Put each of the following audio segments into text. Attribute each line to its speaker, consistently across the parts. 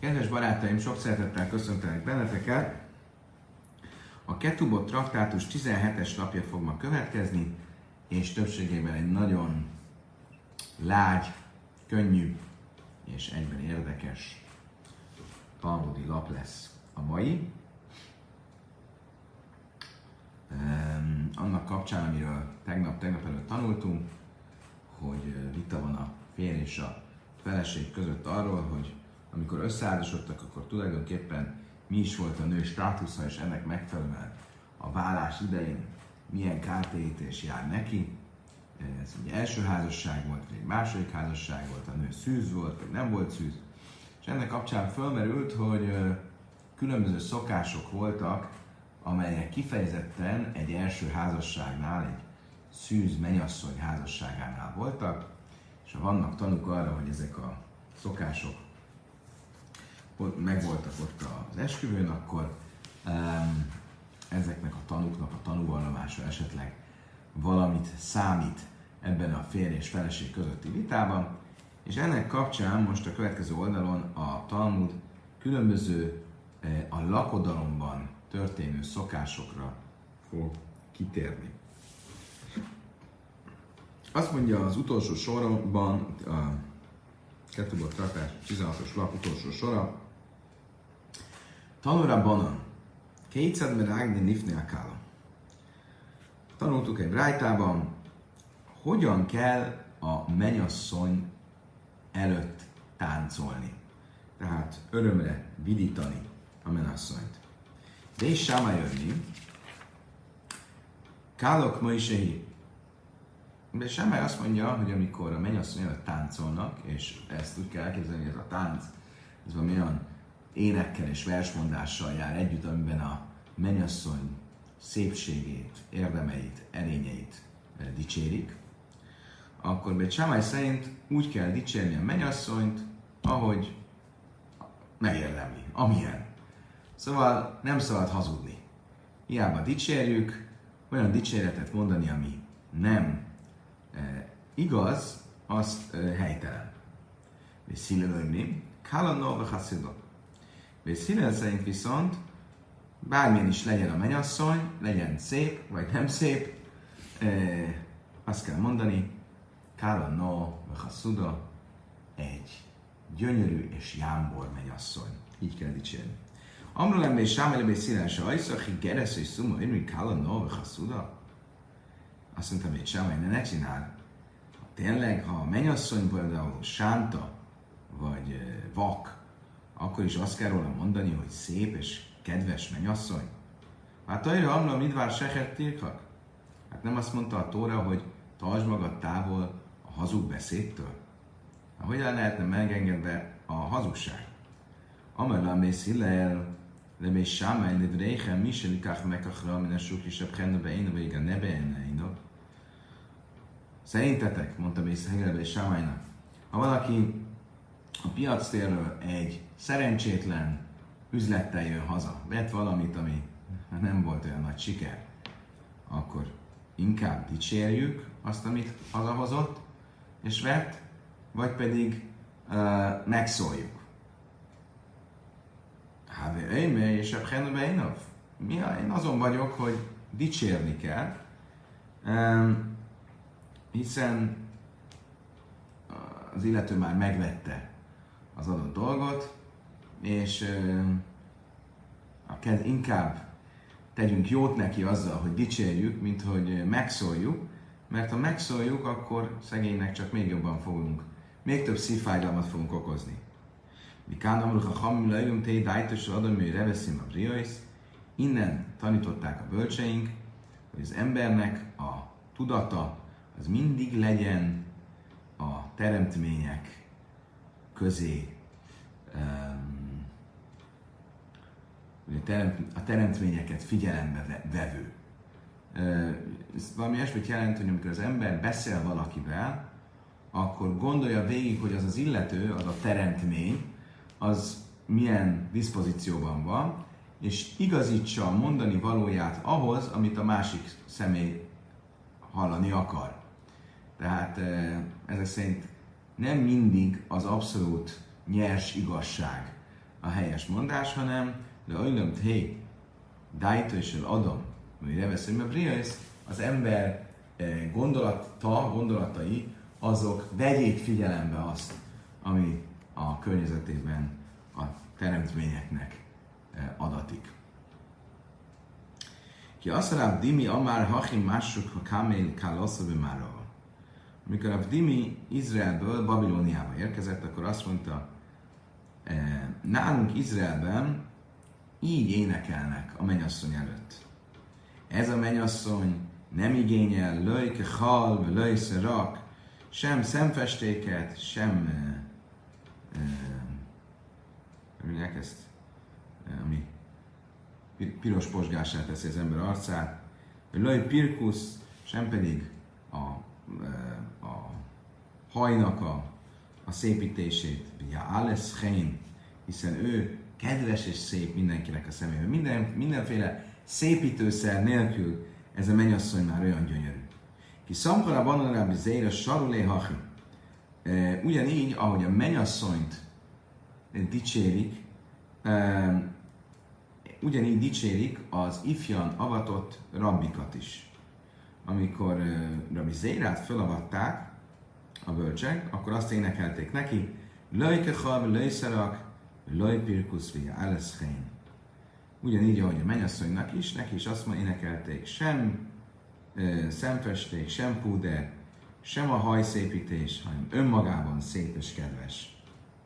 Speaker 1: Kedves barátaim, sok szeretettel köszöntelek benneteket. A Ketubot traktátus 17-es lapja fog ma következni, és többségében egy nagyon lágy, könnyű és egyben érdekes talmudi lap lesz a mai. Annak kapcsán, amiről tegnap előtt tanultunk, hogy vita van a férj és a feleség között arról, hogy amikor összeházasodtak, akkor tulajdonképpen mi is volt a nő státusza, és ennek megfelelően a vállás idején milyen kártérítés jár neki. Ez ugye első házasság volt, vagy második házasság volt, a nő szűz volt, vagy nem volt szűz. És ennek kapcsán fölmerült, hogy különböző szokások voltak, amelyek kifejezetten egy első házasságnál, egy szűz mennyasszony házasságánál voltak, és ha vannak tanúk arra, hogy ezek a szokások megvoltak ott az esküvőn, akkor ezeknek a tanúknak a tanúvallomása esetleg valamit számít ebben a férj és feleség közötti vitában, és ennek kapcsán most a következő oldalon a Talmud különböző a lakodalomban történő szokásokra fog kitérni. Azt mondja az utolsó sorban, a Ketubot traktátus 16-os lap utolsó sora, Tanura banan, kétszed merágni nifni akála. Tanultuk egy brájtában, hogyan kell a mennyasszony előtt táncolni. Tehát örömre vidítani a mennyasszonyt. De is sáma jönni, kálok moisehi. De Sámály azt mondja, hogy amikor a mennyasszony előtt táncolnak, és ezt úgy kell elképzelni, hogy ez a tánc, ez valami olyan énekkel és versmondással jár együtt, amiben a mennyasszony szépségét, érdemeit, erényeit dicsérik, akkor Bét Sámály szerint úgy kell dicsérni a mennyasszonyt, ahogy megérdemli, amilyen. Szóval nem szabad hazudni. Hiába dicsérjük, olyan dicséretet mondani, ami nem igaz, az helytelen. És Hillel Kalano v'Chasszidó. És Hillel szerint viszont bármilyen is legyen a mennyasszony, legyen szép vagy nem szép, azt kell mondani, Kalano v'Chasszidó, egy gyönyörű és jámbor mennyasszony. Így kell dicsérni. Amrulem és Sámály és Hillel se ajszaki geresz és szuma, hogy Kalano v'Chasszidó. Azt mondtam, hogy Sámály, ne csinál. Tényleg, ha a mennyasszony például sánta, vagy vak, akkor is azt kell róla mondani, hogy szép és kedves mennyasszony. Hát ajra amna midvár sehet tilkak? Hát nem azt mondta a Tóra, hogy tartsd magad távol a hazug beszédtől? Hát hogyan lehetne megengedve a hazugság? Amellam mész Hillel, de mész Sámály, de Vréchen, mi se likach mekachra, minden sok kisebb henne beéna, vagy igen, ne beéna. Szerintetek, mondta Mész Hillelbe és Sámálynak, ha valaki a piactérről egy szerencsétlen üzlettel jön haza, vett valamit, ami nem volt olyan nagy siker, akkor inkább dicsérjük azt, amit hazahozott és vett, vagy pedig megszóljuk. Hát én és én azon vagyok, hogy dicsérni kell, hiszen az illető már megvette az adott dolgot, és inkább tegyünk jót neki azzal, hogy dicsérjük, mint hogy megszóljuk, mert ha megszóljuk, akkor szegénynek csak még jobban fogunk, még több szívfájdalmat fogunk okozni. Innen tanították a bölcseink, hogy az embernek a tudata az mindig legyen a teremtmények közé, a teremtményeket figyelembe vevő. Ez valami olyasmit jelent, hogy amikor az ember beszél valakivel, akkor gondolja végig, hogy az az illető, az a teremtmény, az milyen diszpozícióban van, és igazítsa a mondani valóját ahhoz, amit a másik személy hallani akar. Tehát ezek szerint nem mindig az abszolút nyers igazság a helyes mondás, hanem de olyan hé, dájtó és adom, hogy reveszem a briasz, az ember gondolatai, azok vegyék figyelembe azt, ami a környezetében a teremtményeknek adatik. Ki azt Dimi amár hachim mások a kamél kálaszabe mára. Amikor a Dimi Izraelből Babilóniába érkezett, akkor azt mondta, nálunk Izraelben így énekelnek a mennyasszony előtt. Ez a mennyasszony nem igényel löjke hal, löjsze rak, sem szemfestéket, sem mondják ezt, ami piros posgását teszi az ember arcát, löj pirkusz, sem pedig a hajnak a szépítését, ja, alles hén, hiszen ő kedves és szép mindenkinek a szemében. Mindenféle szépítőszer nélkül ez a mennyasszony már olyan gyönyörű. Ki szamkara banarábbi zéra sarulé hachi. Ugyanígy, ahogy a mennyasszonyt dicsérik, ugyanígy dicsérik az ifjan avatott rabbikat is. Amikor Rabbi Zérát felavatták a bölcsek, akkor azt énekelték neki, löjkechal, löjszerak, löjpirkusz, via aleszhén. Ugyanígy, ahogy a mennyasszonynak is, neki is azt énekelték, sem szemfesték, sem púder, sem a hajszépítés, hanem önmagában szép és kedves.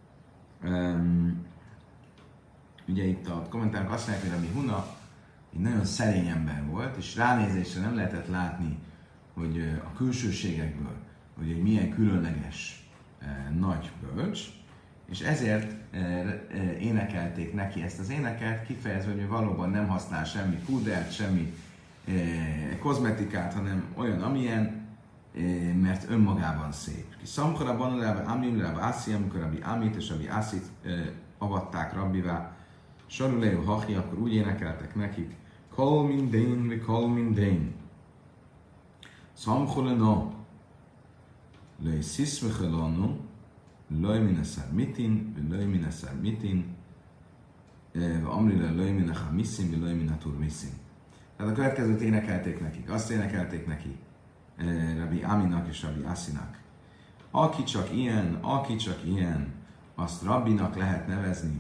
Speaker 1: Ugye itt a kommentárok azt mondják, hogy Rabbi Huna egy nagyon szerény ember volt, és ránézésre nem lehetett látni, hogy a külsőségekből, hogy egy milyen különleges nagy bölcs, és ezért énekelték neki ezt az éneket, kifejezve, hogy valóban nem használ semmi púdert, semmi kozmetikát, hanem olyan, amilyen, mert önmagában szép. Ki szamkora banalába Amim, Rabbi Assi, amikor Rabbi Amit és Rabbi Assit avatták rabbivá, Saruleju Hachi, akkor úgy énekeltek nekik, Kol mindén, vi kol mindén. Szamkolena, löj sziszmechelanu, löj mineszár mitin, vi löj mineszár mitin, amrila löj minecha miszin, vi löj minatur miszin. Tehát a következőt énekelték nekik. Azt énekelték neki Rabbi Aminak és Rabbi Assinak. Aki csak ilyen, azt rabbinak lehet nevezni.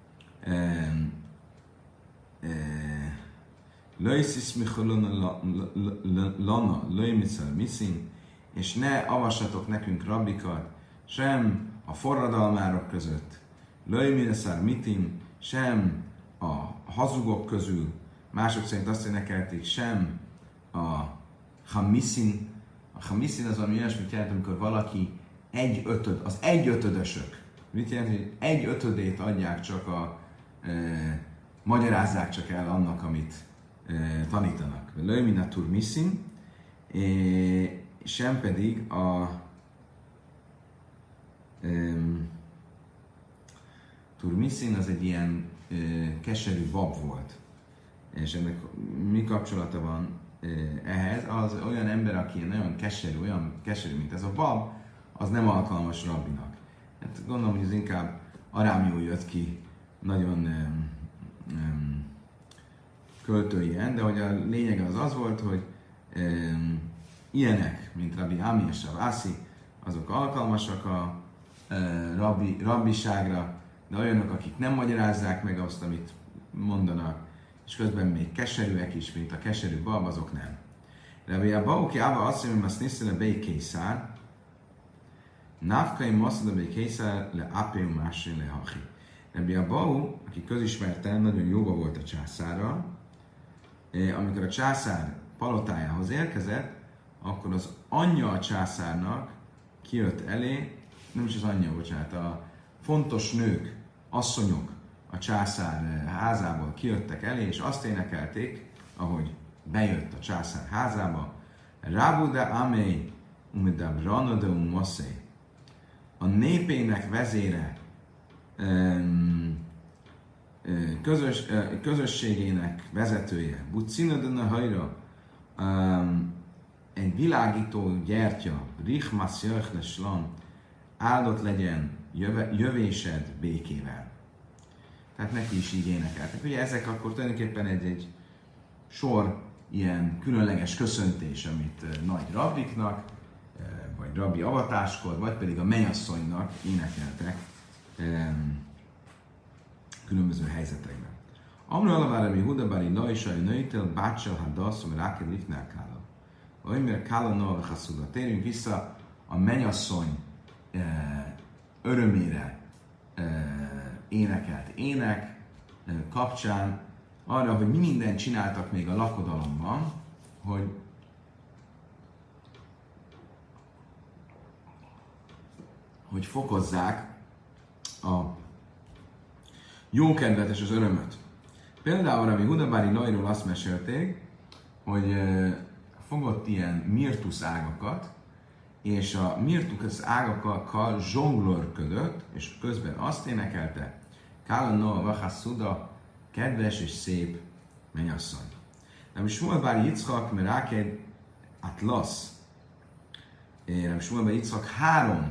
Speaker 1: Löjszisz michalona lana löjmiszel miszin, és ne avassatok nekünk rabbikat, sem a forradalmárok között, löjmineszár mitin, sem a hazugok közül, mások szerint azt énekelték, sem a hamiszin. A hamiszin az, ami olyasmit jelent, amikor valaki az egyötödösök. Mit jelent, hogy egy ötödét adják csak magyarázzák csak el annak, amit tanítanak. Löjmina turmiszin, sem pedig a turmiszin az egy ilyen keserű bab volt. És ennek mi kapcsolata van ehhez? Az olyan ember, aki nagyon keserű, olyan keserű, mint ez a bab, az nem alkalmas rabbinak. Hát gondolom, hogy ez inkább arámiul jött ki, nagyon költőien, de hogy a lényege az volt, hogy ilyenek, mint Rabbi Ami és Rabbi Assi, azok alkalmasak a rabbiságra, de olyanok, akik nem magyarázzák meg azt, amit mondanak, és közben még keserűek is, mint a keserű bab, azok nem. Rabbi Abauki Ava azt mondja, hogy azt nézte le Bei Készár, Návkai Maszada Bei Készár le Apeu Másé le Hachi. Rabbi Abau, aki közismerten, nagyon jóba volt a császárral, amikor a császár palotájához érkezett, akkor az anyja a császárnak kijött elé, nem is az anyja, bocsánat, a fontos nők, asszonyok a császár házából kijöttek elé, és azt énekelték, ahogy bejött a császár házába, Rabuda Amei Umedabrana de Umosé. A népének vezére, közösségének vezetője, Bucinadana Hajra, egy világító gyertya, Richmas Jöchneslan, áldott legyen jövésed békével. tehát neki is így énekeltek. Ugye ezek akkor tulajdonképpen egy sor ilyen különleges köszöntés, amit nagy rabbiknak, vagy rabbi avatáskor, vagy pedig a mennyasszonynak énekeltek különböző helyzetekben. Amra alavára mi hudabári naisai nőitel bácsel hadaszom ráked lifnál kála. Olyan kála nova haszuda. Térjünk vissza a mennyasszony örömére énekelt ének kapcsán arra, hogy mi mindent csináltak még a lakodalomban, hogy fokozzák a jókedvet és az örömöt. Például Rabbi Huda Bári Lajról azt mesélték, hogy fogott ilyen mirtusz ágakat, és a mirtusz ágakkal zsonglőrködött, és közben azt énekelte, Kála Noa Vachassuda, kedves és szép mennyasszony. Rabbi Shmuel Bar Yitzchak Meráked Atlasz. Rabbi Shmuel Bar Yitzchak 3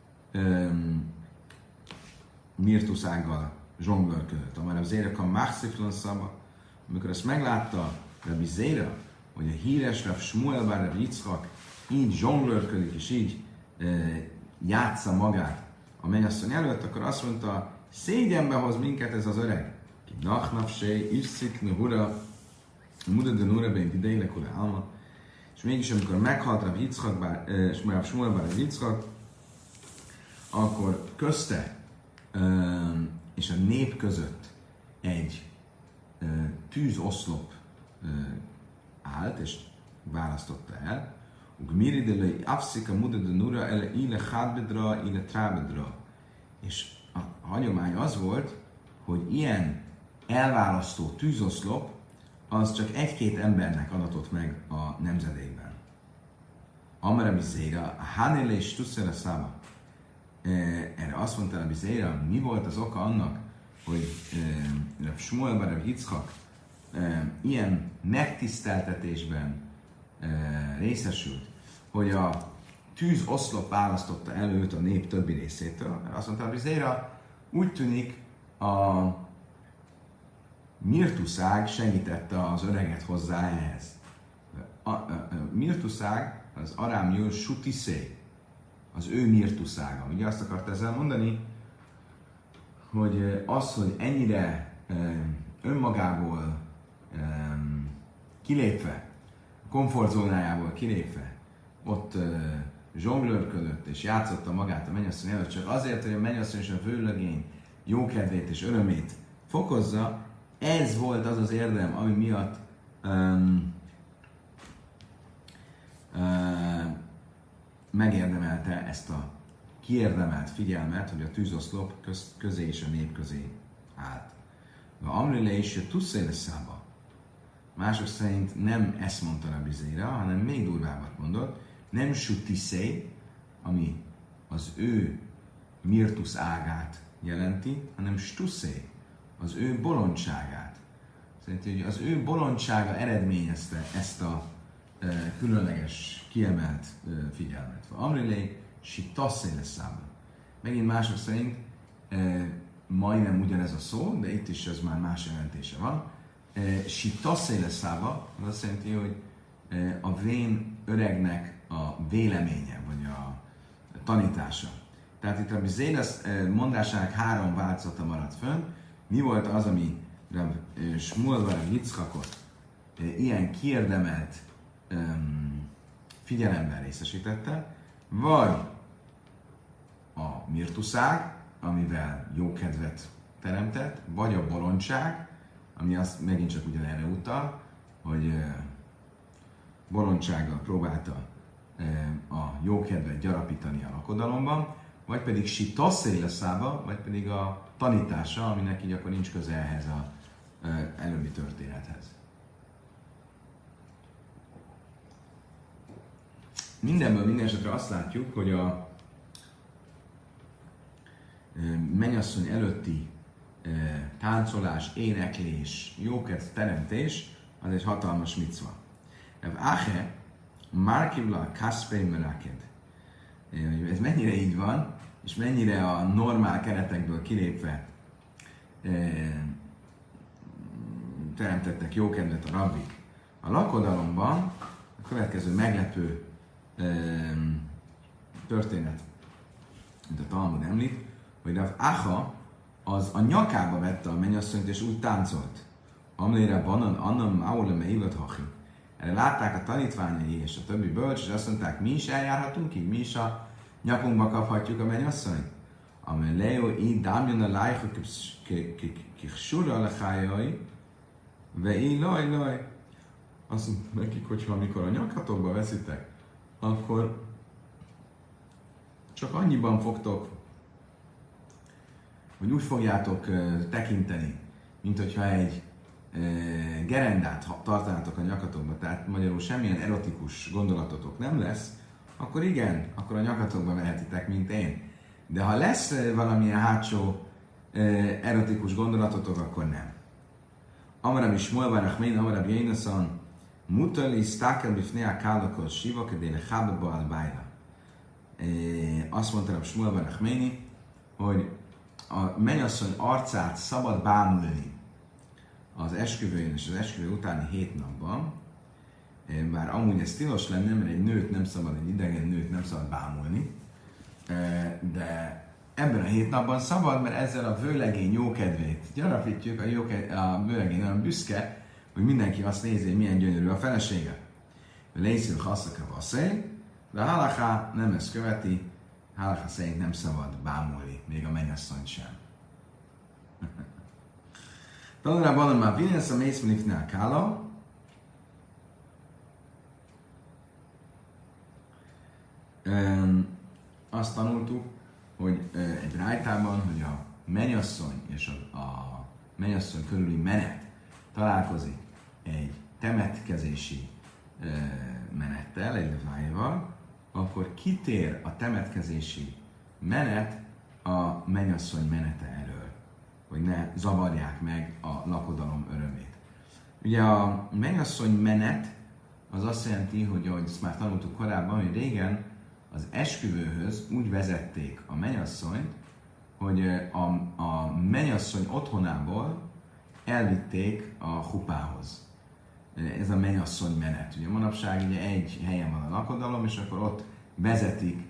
Speaker 1: mirtuszággal zsonglőrködött. Amár a Zéra a Machsziflon Szaba, amikor ezt meglátta Rabbi Zéra, hogy a híres Rabbi Shmuel Bar Yitzchak így zsonglőrködik, és így játsza magát a mennyasszony előtt, akkor azt mondta, szégyenbe hoz minket ez az öreg. Ki nachnapsé, iszszik, nuhura, mudadön urabén, videjlek ura alma. És mégis, amikor meghalt Rabbi Yitzchak, Shmuel Bar Yitzchak, akkor közte és a nép között egy tűzoszlop állt, és választotta el. Ugmiridelei afszika mudadön ura ele ile hádbedra, ile trábedra. És a hagyomány az volt, hogy ilyen elválasztó tűzoszlop az csak 1-2 embernek adatott meg a nemzedékben. Amara bizéra, a Hanele és Tusszere Szába. Erre azt mondta a bizéra, mi volt az oka annak, hogy Rabbi Shmuel Bar Yitzchak ilyen megtiszteltetésben részesült, hogy a tűzoszlop választotta el őt a nép többi részétől. Azt mondta a bizéra, úgy tűnik a mirtuszág segítette az öreget hozzá ehhez. A mirtuszág az arámjól sutiszé, az ő mirtuszága. Ugye azt akart ezzel mondani, hogy az, hogy ennyire önmagából kilépve, a komfortzónájából kilépve, ott zsonglőrködött és játszotta magát a mennyasszony előtt, csak azért, hogy a mennyasszony és a vőlegény jókedvét és örömét fokozza, ez volt az az érdem, ami miatt megérdemelte ezt a kiérdemelt figyelmet, hogy a tűzoszlop közé és a nép közé állt. A Amrile és a Tusszéle Szába. Mások szerint nem ezt mondta Rabbi Zéra, hanem még durvábbat mondott, nem sutiszé, ami az ő mirtusz ágát jelenti, hanem stuszé, az ő bolondságát. Szerintem, hogy az ő bolondsága eredményezte ezt a különleges, kiemelt figyelmet. Amrilé, si tasszéle szába. Megint mások szerint majdnem ugyanez a szó, de itt is ez már más jelentése van. Si tasszéle szába, az azt jelenti, hogy a vén öregnek a véleménye, vagy a tanítása. Tehát itt a Zéles mondásának 3 változata maradt fönn. Mi volt az, ami Shmuel Bar Yitzchakot ilyen kiérdemelt figyelemben részesítette, vagy a mirtuszág, amivel jókedvet teremtett, vagy a bolondság, ami azt megint csak ugyanerre utal, hogy bolondsággal próbálta a jókedvet gyarapítani a lakodalomban, vagy pedig si tasszéle szába, vagy pedig a tanítása, aminek így akkor nincs köze ehhez az előbbi történethez. Mindenből minden esetre azt látjuk, hogy a mennyasszony előtti táncolás, éneklés, jókedv teremtés, az egy hatalmas micva. Áhe, Márkivla Kaspei Meraked. Ez mennyire így van, és mennyire a normál keretekből kilépve teremtettek jókedvet a rabbik. A lakodalomban a következő meglepő történet, mint a Talmud említ, hogy Rav Acha az a nyakába vette a mennyasszonyt és úgy táncolt. Amlére banan annam mauleme évet hachi. Erre látták a tanítványai és a többi bölcs, és azt mondták, mi is eljárhatunk így, mi is a nyakunkba kaphatjuk a mennyasszonyt. Amely leo így dámjon a lájha kiksúra lehájai, ve így laj. Azt mondták nekik, hogyha amikor a nyakatokba veszitek, akkor csak annyiban fogtok, hogy úgy fogjátok tekinteni, mint hogyha egy gerendát tartanátok a nyakatokba, tehát magyarul semmilyen erotikus gondolatotok nem lesz, akkor igen, akkor a nyakatokba vehetitek, mint én. De ha lesz valamilyen hátsó erotikus gondolatotok, akkor nem. Amarab is Molvárach Mén, Amarab Jénaszon, Mutali, Stakel, Bifnea, Kálakol, Siva, Kedéle, Hábaba, Albájra. Azt mondta Rab Smolvárach Méni, hogy a mennyasszony arcát szabad bámulni az esküvőjén és az esküvő utáni 7 napban, bár amúgy ez tilos lenne, mert egy nőt nem szabad, egy idegen nőt nem szabad bámulni, de ebben a 7 napban szabad, mert ezzel a vőlegény jókedvét gyarapítjuk, a vőlegény nagyon büszke, hogy mindenki azt nézi, hogy milyen gyönyörű a felesége. Lészül haszaka vasszai, de a halaká nem ezt követi, halaká szerint nem szabad bámulni, még a mennyasszonyt sem. Tanulában már Vilnius a mészmenifnál kála, azt tanultuk, hogy egy rájtában, hogy a mennyasszony és a mennyasszony körüli menet találkozik egy temetkezési menettel, egy levájval, akkor kitér a temetkezési menet a mennyasszony menete elől, hogy ne zavarják meg a lakodalom örömét. Ugye a mennyasszony menet az azt jelenti, hogy ahogy ezt már tanultuk korábban, hogy régen az esküvőhöz úgy vezették a mennyasszonyt, hogy a mennyasszony otthonából elvitték a hupához. Ez a mennyasszony menet. Ugye manapság ugye egy helyen van a lakodalom, és akkor ott vezetik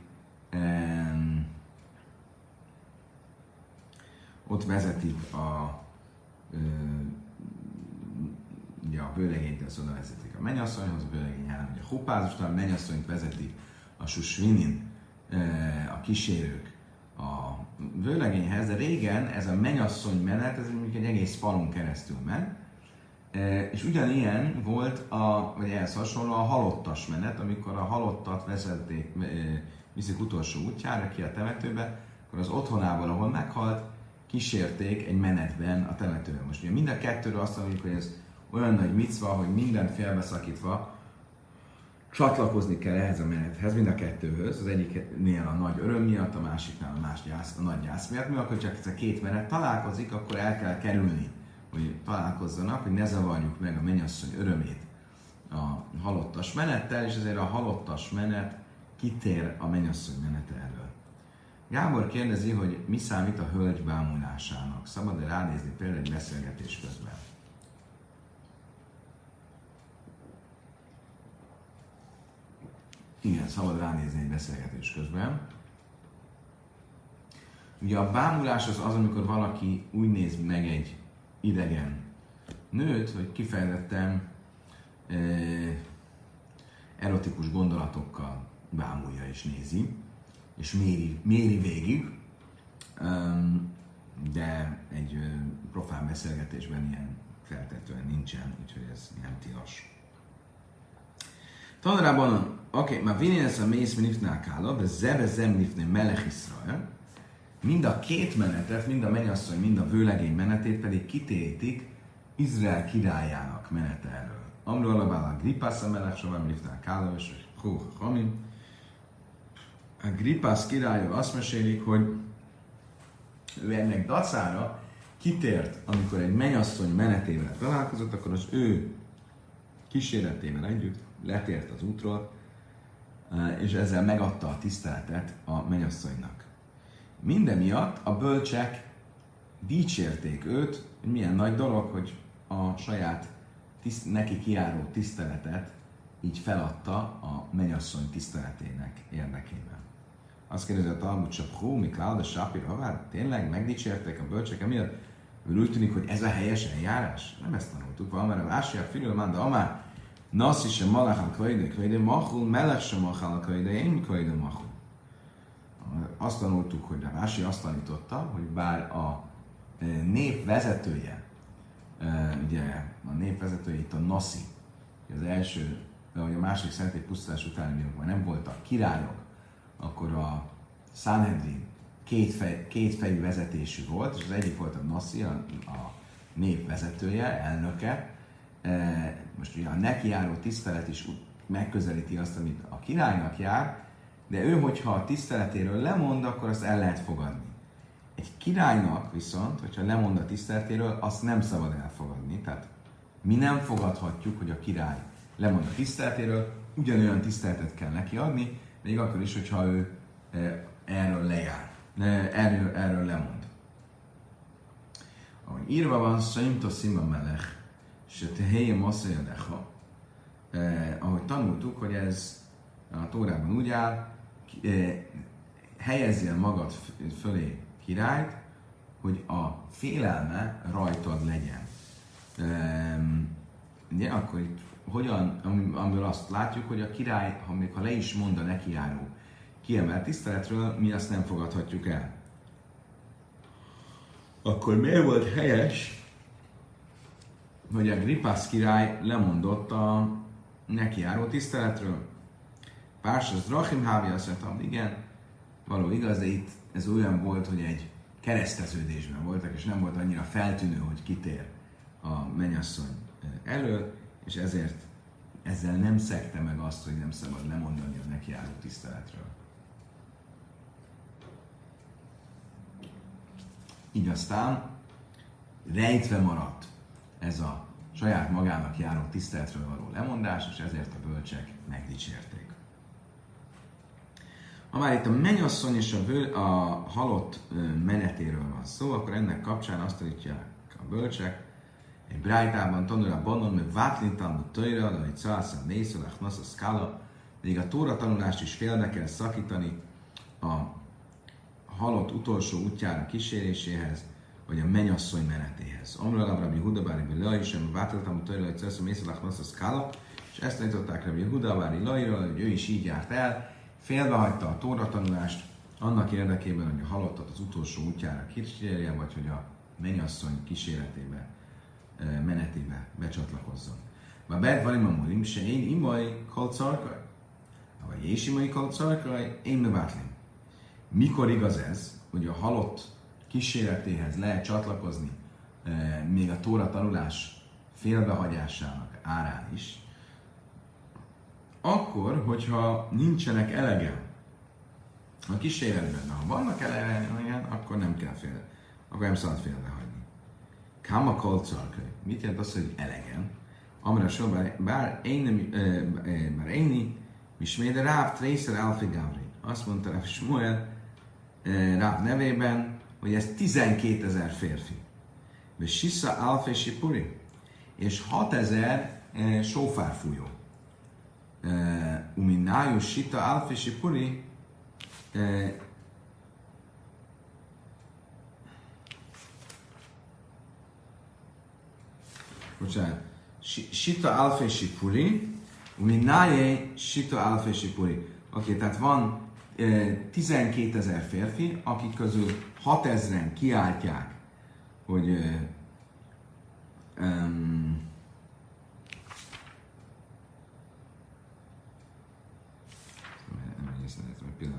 Speaker 1: ugye a vőlegényt, azt oda vezetik a mennyasszonyhoz, a vőlegény ellen ugye a hupáz, utána a mennyasszonyt vezetik a susvinin, a kísérők a vőlegényhez, de régen ez a mennyasszony menet, ez mondjuk egy egész falon keresztül ment, és ugyanilyen volt, vagy ehhez hasonló a halottas menet, amikor a halottat viszik utolsó útjára ki a temetőbe, akkor az otthonából, ahol meghalt, kísérték egy menetben a temetőbe. Most ugye mind a kettőről azt mondjuk, hogy ez olyan nagy micva, hogy mindent félbeszakítva csatlakozni kell ehhez a menethez, mind a kettőhöz. Az egyiknél a nagy öröm miatt, a másiknál a nagy gyász miatt. Mi akkor csak ez a két menet találkozik, akkor el kell kerülni, hogy találkozzanak, hogy ne zavarjuk meg a mennyasszony örömét a halottas menettel, és ezért a halottas menet kitér a mennyasszony menete elől. Gábor kérdezi, hogy mi számít a hölgy bámulásának. Szabad-e ránézni például egy beszélgetés közben? Igen, szabad ránézni egy beszélgetés közben. Ugye a bámulás az, amikor valaki úgy néz meg egy idegen nőt, hogy kifejezetten erotikus gondolatokkal bámulja és nézi, és méri végig, de egy profán beszélgetésben ilyen feltétlenül nincsen, úgyhogy ez nem tilos. Tanulában, oké, már Vilnius a mész minifnál kála, de zem nifné melech Iszrael, mind a két menetet, mind a mennyasszony, mind a vőlegény menetét pedig kitétik Izrael királyának menete elől. Amru alabál a Gripász a melech sovább minifnál kála, és Hamim. A Gripász királyok azt mesélik, hogy ő ennek dacára kitért, amikor egy mennyasszony menetével találkozott, akkor az ő kíséretével együtt letért az útról, és ezzel megadta a tiszteletet a mennyasszonynak. Minden miatt a bölcsek dicsérték őt, hogy milyen nagy dolog, hogy a saját neki kijáró tiszteletet így feladta a mennyasszony tiszteletének érdekében. Azt kérdezi a Talmud, csak hú, Miklál, de Sápir, tényleg megdicsérték a bölcsek emiatt? Úgy tűnik, hogy ez a helyes eljárás? Nem ezt tanultuk, mert a Vássia Filülmán, de amár Naszi sem malachal kölyde, machul, melech sem malachal kölyde, én kölyde machul. Azt tanultuk, hogy a Vási azt tanította, hogy bár a nép vezetője, ugye a nép vezetője itt a Naszi, az első, vagy a második szentély pusztulás utáni időkben nem voltak királyok, akkor a Sanhedrin kétfejű vezetésű volt, és az egyik volt a Naszi, a nép vezetője, elnöke. Most ugye a neki járó tisztelet is megközelíti azt, amit a királynak jár, de ő, hogyha a tiszteletéről lemond, akkor azt el lehet fogadni. Egy királynak viszont, hogyha lemond a tiszteletéről, azt nem szabad elfogadni. Tehát mi nem fogadhatjuk, hogy a király lemond a tiszteletéről, ugyanolyan tiszteletet kell neki adni, még akkor is, hogyha ő erről lejár, erről lemond. Ahogy írva van, Saimto Szima Melech, se tehéje masszajadecha, ahogy tanultuk, hogy ez a Tórában úgy áll, helyezzél magad fölé királyt, hogy a félelme rajtad legyen. Ugye, akkor itt hogyan, amiből azt látjuk, hogy a király, ha le is mond a nekijáró kiemelt tiszteletről, mi azt nem fogadhatjuk el. Akkor miért volt helyes, hogy a Gripász király lemondott a nekijáró tiszteletről? Pársas Drachim Hávi azt mondtam, igen, való igaz, de itt ez olyan volt, hogy egy kereszteződésben voltak, és nem volt annyira feltűnő, hogy kitér a mennyasszony elől, és ezért ezzel nem szegte meg azt, hogy nem szabad lemondani a nekijáró tiszteletről. Így aztán rejtve maradt ez a saját magának járó tiszteletről való lemondás, és ezért a bölcsek megdicsérték. Ha már itt a mennyasszony és a halott menetéről van szó, akkor ennek kapcsán azt tanítják a bölcsek, egy brájtában tanul a bannon, meg vátlintalmú töjre, de egy szalszám nézszolák, nasz a szkála, még a Tóra tanulást is félbe kell szakítani a halott utolsó útjára kíséréséhez, vagy a mennyasszony menetéhez. Amra Rabbi Hudabári Lajisem, vátlintalmú töjre, egy szalszám nézszolák, nasz a szkála, és ezt tanították Rabbi Hudabári Lajról, hogy ő is így járt el, félbehagyta a Tóra tanulást annak érdekében, hogy a halottat az utolsó útjára kísérje, vagy hogy a mennyasszony kíséretébe, menetébe becsatlakozzon. Már bed van imamolim, se én imaj kalcarkaj, vagy és imaj kalcarkaj, én bevátlim. Mikor igaz ez, hogy a halott kíséretéhez lehet csatlakozni még a Tóra tanulás félbehagyásának árán is, akkor, hogyha nincsenek elegen a kíséretben, ha vannak elegen, akkor nem kell akkor nem szabad félbehagyni. Kama kolcarkai. Mit jelent az, hogy elegen? Amra so, bár éni, misméde Ráv Trészer Alfi Gavri. Azt mondta Ráv Smuel Ráv nevében, hogy ez 12 000 férfi. És Sissa Alfi Sipuri. És 6000 sófárfújó. Uminájú Sita Alfi Sipuri. Bocsánat. Sita Alfi Sipuri. Uminájú Sita Alfi Sipuri. Oké, tehát van 12 000 férfi, akik közül 6000-en kiáltják, hogy nem egészen értem, egy pillanat.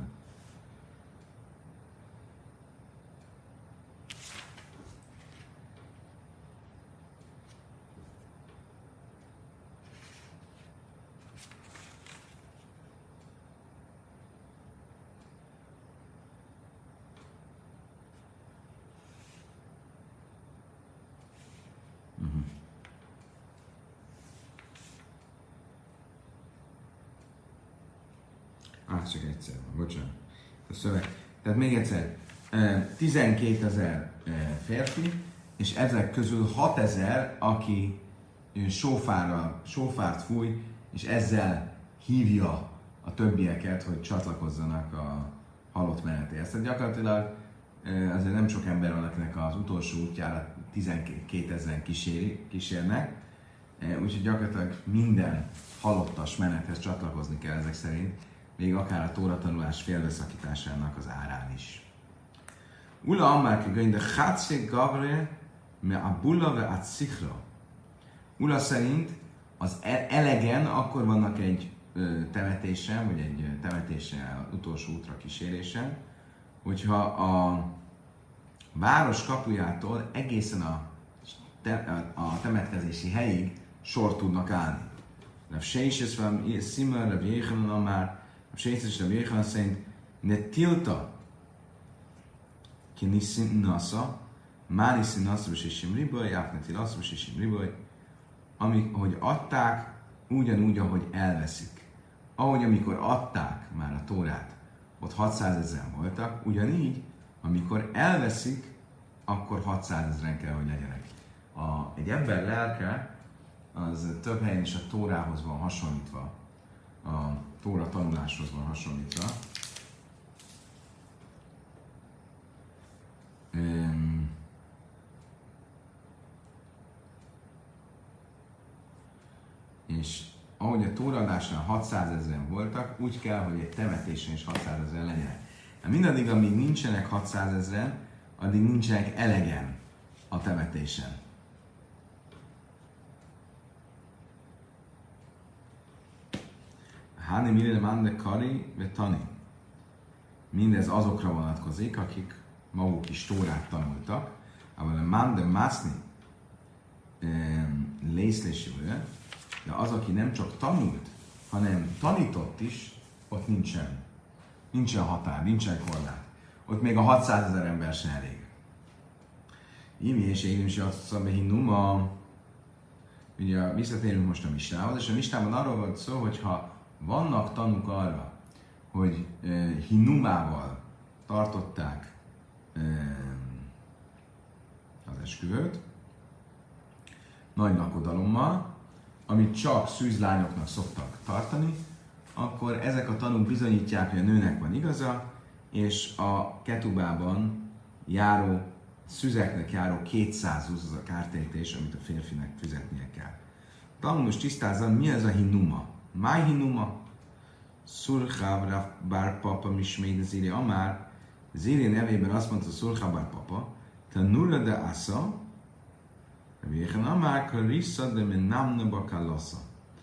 Speaker 1: Csak egyszer van, bocsánat. A szöveg. Tehát még egyszer, 12 000 férfi, és ezek közül 6 000, aki sófárt fúj, és ezzel hívja a többieket, hogy csatlakozzanak a halott menetéhez. Tehát gyakorlatilag azért nem sok ember van, akinek az utolsó útjára 12 000 kísérnek, úgyhogy gyakorlatilag minden halottas menethez csatlakozni kell ezek szerint, még akár a tóratanulás félbeszakításának az árán is. Ula Ammárki Gönyde Hátszik Gavre me a bulla ve a cichra. Ula szerint az elegen akkor vannak egy temetésen, vagy egy temetésen, utolsó útra kísérésen, hogyha a város kapujától egészen a temetkezési helyig sort tudnak állni. Rav Seises van Szimmer, Rav Jéhanan már, Rav Seises, Rav Jéhanan szerint ne tilta ki niszin nasza, már niszin nasza, és isim ribaj, jáfneti nasza, és isim ribaj, ahogy adták, ugyanúgy, ahogy elveszik. Ahogy amikor adták már a Tórát, ott 600 000 voltak, ugyanígy, amikor elveszik, akkor 600 000 kell, hogy legyenek. Egy ember lelke, az több helyen is a Tórához van hasonlítva, a Tóra tanuláshoz van hasonlítva. És ahogy a tóraadásnál 600 000 voltak, úgy kell, hogy egy temetésen is 600 000 legyenek. Mindaddig, amíg nincsenek 600 000, addig nincsenek elegen a temetésen. Háni mire mande kari ve tani. Mindez azokra vonatkozik, akik maguk is Tórát tanultak, ahol a mande mászni lészlésűvel, de az, aki nem csak tanult, hanem tanított is, ott nincsen határ, nincsen korlát. Ott még a 600 000 ember sem elég. Imi és én is azt mondom, hogy numa. Ugye visszatérünk most a Misnához, és a Misnában arról volt szó, hogy ha vannak tanúk arra, hogy hinumával tartották az esküvőt, nagy lakodalommal, amit csak szűzlányoknak szoktak tartani, akkor ezek a tanúk bizonyítják, hogy a nőnek van igaza, és a ketubában járó, szüzeknek járó 220 az a kártérítés, amit a férfinek fizetnie kell. Talán most tisztázzam, mi ez a hinuma? Máj hinuma? Szurcháv bár papa misméd Zíri Amár. Zíri nevében azt mondta Szurcháv bár papa, te nulla de assa, Végen Amár karissa de men namnaba kalassa.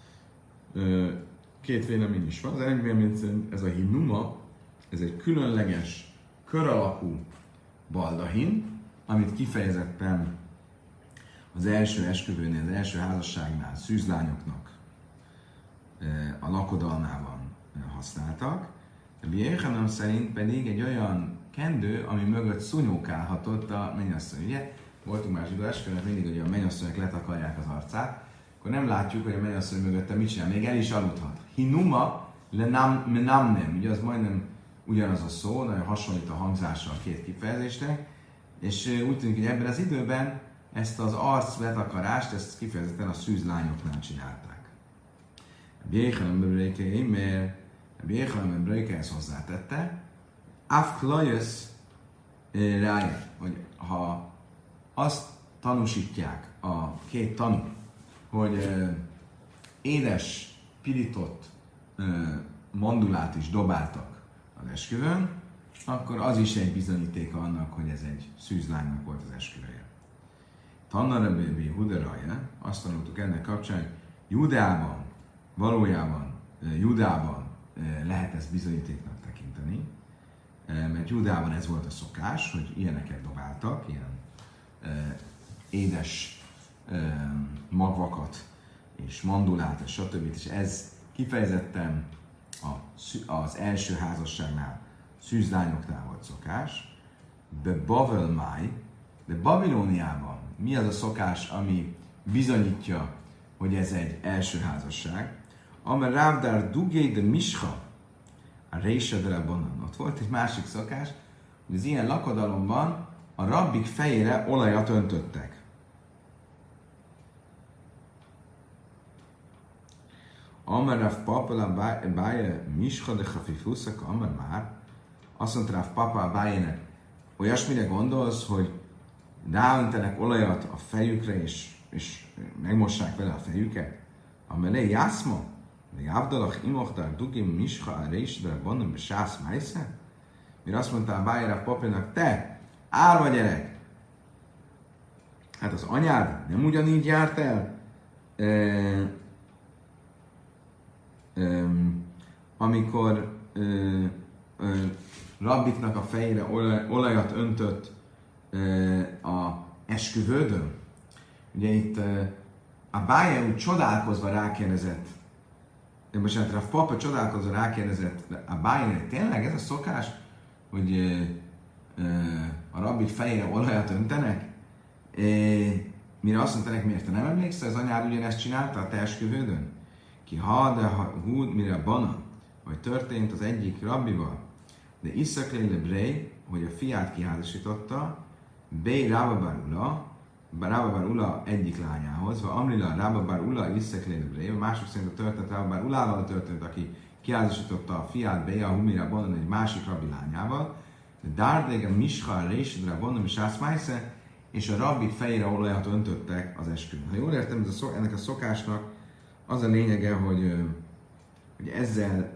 Speaker 1: Két vélemény is van. Az egyik vélemény szerint ez a hinuma, ez egy különleges, kör alakú baldahin, amit kifejezetten az első esküvőnél, az első házasságnál szűzlányoknak a lakodalmában használtak. A Jéhanan szerint pedig egy olyan kendő, ami mögött szúnyókálhatott a mennyasszony. Ugye? Voltunk már zsidó esküvőnek, mindig, hogy a mennyasszonyok letakarják az arcát, akkor nem látjuk, hogy a mennyasszony mögötte mit csinál, még el is aludhat. Hinuma le namnem, ugye az majdnem ugyanaz a szó, nagyon hasonlít a hangzása a két kifejezésnek, és úgy tűnik, hogy ebben az időben ezt az arc letakarást, ezt kifejezetten a szűzlányoknál csinálták. A Bjéhanem Bröke ezt hozzátette, Afklajös rája, hogy ha azt tanúsítják a két tanú, hogy édes, pirított mandulát is dobáltak az esküvőn, akkor az is egy bizonyítéka annak, hogy ez egy szűzlánynak volt az esküvője. Tannara Bébi Huderaja, azt tanultuk ennek kapcsán, hogy valójában Judában lehet ezt bizonyítéknak tekinteni, mert Judában ez volt a szokás, hogy ilyeneket dobáltak, ilyen édes magvakat és mandulát, és stb. És ez kifejezetten az első házasságnál, szűzlányoknál volt szokás. De Bavelmáj, de Babilóniában mi az a szokás, ami bizonyítja, hogy ez egy első házasság? Amely Rávdár Dugé de Misha, a Résa de Rabbanan. Ott volt egy másik szokás, hogy az ilyen lakodalomban a rabbik fejére olajat öntöttek. Amar Rav Papa Abaye Mischa de Chafifuszak, Amar már. Azt mondta Rav Papa Abaye-nek, olyasmire gondolsz, hogy ráöntenek olajat a fejükre, és megmossák vele a fejüket? Amelé jászma, de jávdalach imochtár dugim Mischa a résidra bondom sász májsze? Mire azt mondta Abaye Rav Papának, te, árva gyerek! Hát az anyád nem ugyanígy járt el? Amikor rabbiknak a fejére olajat öntött a esküvődön. Ugye itt Abaye úgy csodálkozva rákérdezett, bocsánat, Rav Papa csodálkozva rákérdezett Abaye-nek, tényleg ez a szokás, hogy a rabbik fejére olajat öntenek? Mire azt mondta neki, miért te nem emlékszel, az anyád ugyanezt csinálta a te esküvődön? Ki de húd, mire bana, vagy történt az egyik rabbival, de Iszakléle Brei, hogy a fiát kiházasította, Bey Rabba bar Ula egyik lányához, vagy Amrila Rabba bar Ula Iszakléle Brei, a másik szerint a történt Rabba bar Ulával történt, aki kiházasította a fiát Bey a Humira Bonon egy másik rabbi lányával, de Dárdég a Mischa Résidra Bonon és Ászmájsze, és a rabbik fejére olajat öntöttek az esküvőn. Ha jól értem, ennek a szokásnak az a lényege, hogy ezzel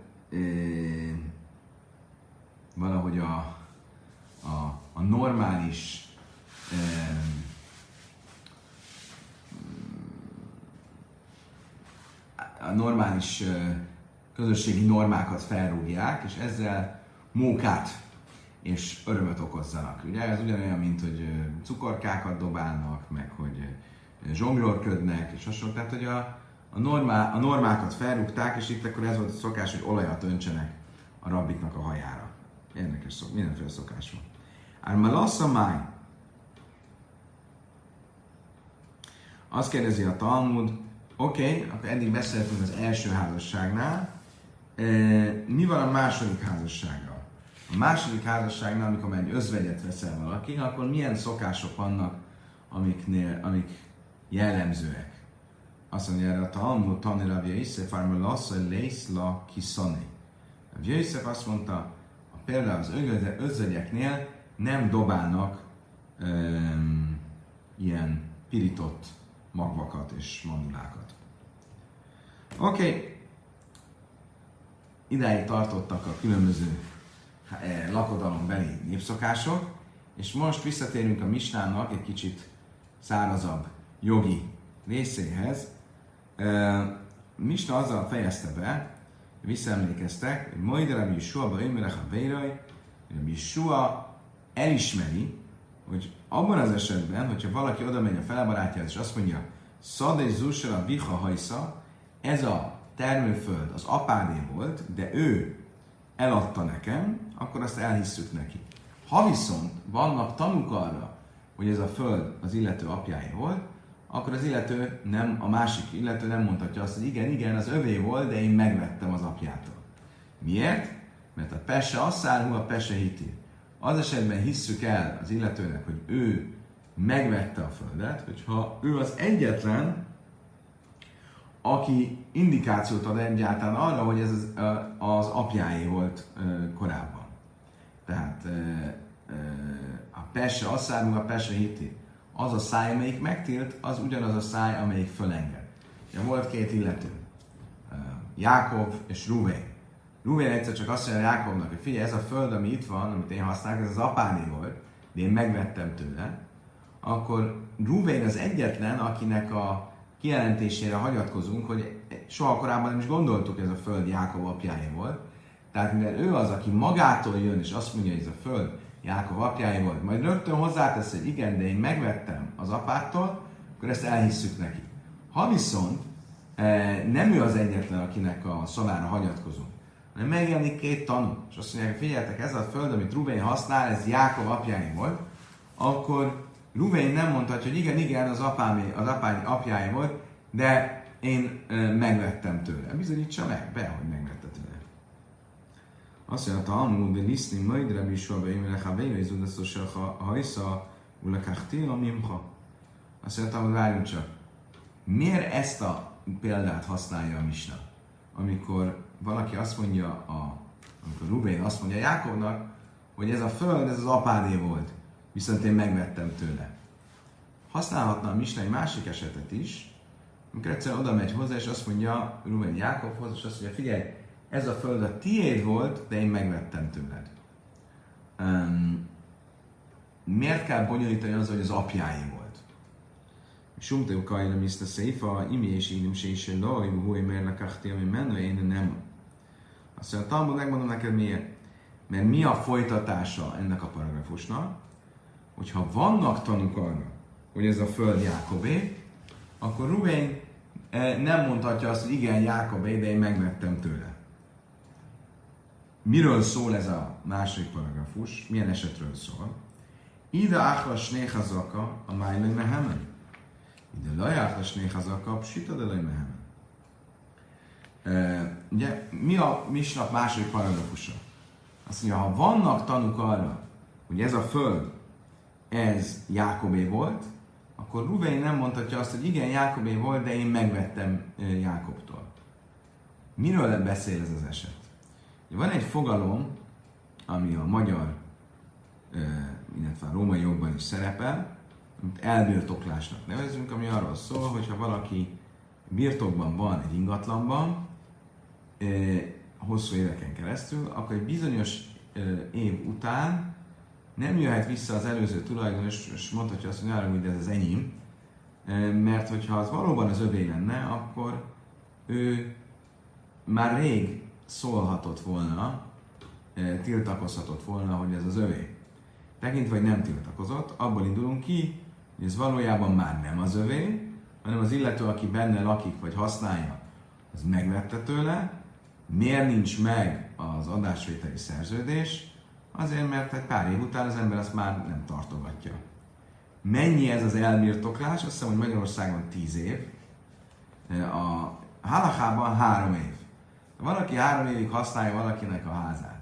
Speaker 1: valahogy a normális közösségi normákat felrúgják, és ezzel mókát és örömöt okozzanak. Ugye ez ugyanolyan, mint hogy cukorkákat dobálnak, meg hogy zsonglőrködnek, és hasonló. Tehát, hogy a normákat felrúgták, és itt akkor ez volt a szokás, hogy olajat öntsenek a rabbiknak a hajára. Érdekes mindenféle szokás van. Árma lassza máj. Azt kérdezi a Talmud, oké, akkor eddig beszéltünk az első házasságnál, mi van a második házassággal? A második házasságnál, amikor már egy özvegyet veszel valaki, akkor milyen szokások vannak, amik jellemzőek? Azt mondja erre a Talmud, Tani Rav Yosef, Árma lassza lészla kiszani. Rav Yosef azt mondta, például az özvegyeknél nem dobálnak ilyen pirított magvakat és mandulákat. Oké. Idáig tartottak a különböző lakodalombeli népszokások, és most visszatérünk a Misnának egy kicsit szárazabb jogi részéhez. Misna azzal fejezte be, visszaemlékeztek, hogy majd Rabbi Yeshua Ömerech a Véraj, Rabbi Yeshua elismeri, hogy abban az esetben, hogyha valaki oda megy a felebarátjához, és azt mondja, Szad és Zusser a Vicha hajsza, ez a termőföld az apádé volt, de ő eladta nekem, akkor azt elhisszük neki. Ha viszont vannak tanúk arra, hogy ez a föld az illető apjáé volt, akkor az illető a másik illető nem mondhatja azt, hogy igen, az övé volt, de én megvettem az apjától. Miért? Mert a pese asszárhu, a pese hitír. Az esetben hisszük el az illetőnek, hogy ő megvette a földet, hogyha ő az egyetlen, aki indikációt ad egyáltalán arra, hogy ez az apjáé volt korábban. Tehát a pese asszárhu, a pese hitír. Az a száj, amelyik megtilt, az ugyanaz a száj, amelyik fölenged. Ja, volt két illető, Jákov és Ruvén. Ruvén egyszer csak azt mondja Jákovnak, hogy figyelj, ez a föld, ami itt van, amit én használok, ez az apáné volt, de én megvettem tőle. Akkor Ruvén az egyetlen, akinek a kijelentésére hagyatkozunk, hogy soha korábban nem is gondoltuk, hogy ez a föld Jákov apjáé volt. Tehát mivel ő az, aki magától jön, és azt mondja, hogy ez a föld Jákov apjáé volt, majd rögtön hozzátesz, hogy igen, de én megvettem az apától, akkor ezt elhisszük neki. Ha viszont nem ő az egyetlen, akinek a szavára hagyatkozunk, hanem megjelenik két tanú, és azt mondják, hogy figyeljetek, ez a föld, amit Ruvén használ, ez Jákov apjáé volt, akkor Ruvén nem mondhatja, hogy igen, az apány apjáé volt, de én megvettem tőle. Bizonyítsa meg be, hogy megvette tőle. Azt mondja, a Talmud, de liszni majd Rabbi Yeshua beimele haveira, izudasztosa hajsza, ulakachti a mimcha. Azt mondja, hogy várjunk csak. Miért ezt a példát használja a Misna? Amikor valaki azt mondja, amikor Rubén azt mondja Jákobnak, hogy ez a föld, ez az apádé volt, viszont én megvettem tőle. Használhatna a Misna egy másik esetet is, amikor egyszerűen oda megy hozzá, és azt mondja Rubén Jákobhoz, és azt mondja, figyelj, ez a föld a tiéd volt, de én megvettem tőled. Miért kell bonyolítani azzal, hogy az apjáé volt? Sumteu kajna miszta széfa, imi és ínim se is loj, húj mérlekachti, ami menő, én nem. Azt mondja, Talmud, megmondom neked miért. Mert mi a folytatása ennek a paragrafusnak? Hogyha vannak tanúk arra, hogy ez a föld Jákobé, akkor Rubén nem mondhatja azt, hogy igen, Jákobé, de én megvettem tőle. Miről szól ez a második paragrafus? Milyen esetről szól? Ide áhlas néhazaka a májlai mehemen. Ide lajáhlas néhazaka psita de laj mehemen. Ugye, mi a Misna második paragrafusa? Azt mondja, ha vannak tanúk arra, hogy ez a föld, ez Jákobé volt, akkor Ruvén nem mondhatja azt, hogy igen, Jákobé volt, de én megvettem Jákobtól. Miről beszél ez az eset? Van egy fogalom, ami a magyar, illetve a római jogban is szerepel, amit elbirtoklásnak nevezünk, ami arról szól, hogyha valaki birtokban van egy ingatlanban, hosszú éveken keresztül, akkor egy bizonyos év után nem jöhet vissza az előző tulajdonos, és mondhatja azt, hogy ez az enyém, mert hogyha az valóban az övé lenne, akkor ő már rég szólhatott volna, tiltakozhatott volna, hogy ez az övé. Tekintve, hogy nem tiltakozott, abból indulunk ki, hogy ez valójában már nem az övé, hanem az illető, aki benne lakik vagy használja, az megvette tőle. Miért nincs meg az adásvételi szerződés? Azért, mert egy pár év után az ember azt már nem tartogatja. Mennyi ez az elbirtoklás? Azt hiszem, hogy Magyarországon 10 év. A halachában 3 év. Valaki 3 évig használja valakinek a házát.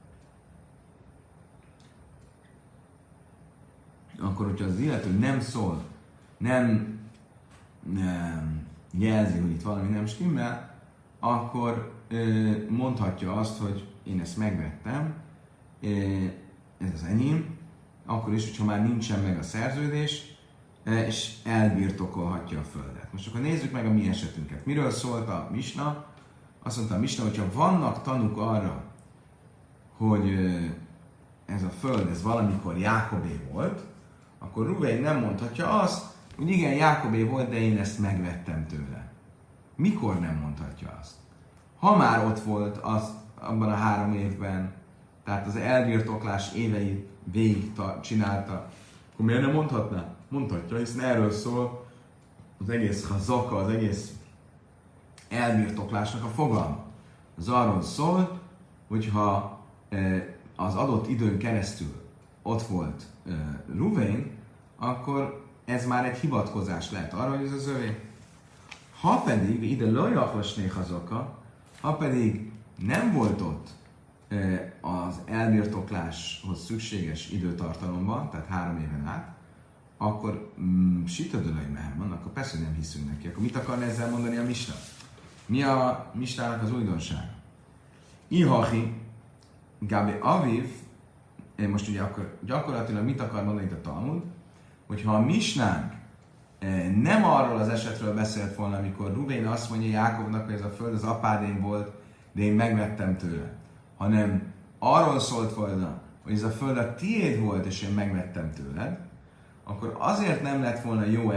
Speaker 1: Akkor, hogyha az illető nem szól, nem jelzi, hogy itt valami nem stimmel, akkor mondhatja azt, hogy én ezt megvettem, ez az enyém, akkor is, hogyha már nincsen meg a szerződés, és elbirtokolhatja a földet. Most akkor nézzük meg a mi esetünket. Miről szólt a Misna? Azt mondta a Misna, hogyha vannak tanúk arra, hogy ez a föld, ez valamikor Jákobé volt, akkor Ruvén nem mondhatja azt, hogy igen, Jákobé volt, de én ezt megvettem tőle. Mikor nem mondhatja azt? Ha már ott volt az abban a 3 évben, tehát az elbirtoklás éveit végig csinálta, akkor miért nem mondhatná? Mondhatja, hiszen erről szól az egész hazaka, az egész elbirtoklásnak a fogalma. Az arról szól, hogyha az adott időn keresztül ott volt Ruvén, akkor ez már egy hivatkozás lehet arra, hogy ez az övé. Ha pedig ide lajahlasné hazaka, ha pedig nem volt ott az elbirtokláshoz szükséges időtartalomban, tehát 3 éven át, akkor sitadölai mehem, akkor persze nem hiszünk neki. Akkor mit akarna ezzel mondani a Misna? Mi a Misnának az újdonság? Ihachi Gabi Aviv, most ugye akkor gyakorlatilag mit akar mondani itt a Talmud? Hogyha a Misnánk nem arról az esetről beszélt volna, amikor Ruvén azt mondja Jákobnak, hogy ez a föld az apádém volt, de én megvettem tőle, hanem arról szólt volna, hogy ez a föld a tiéd volt, és én megvettem tőled, akkor azért nem lett volna jó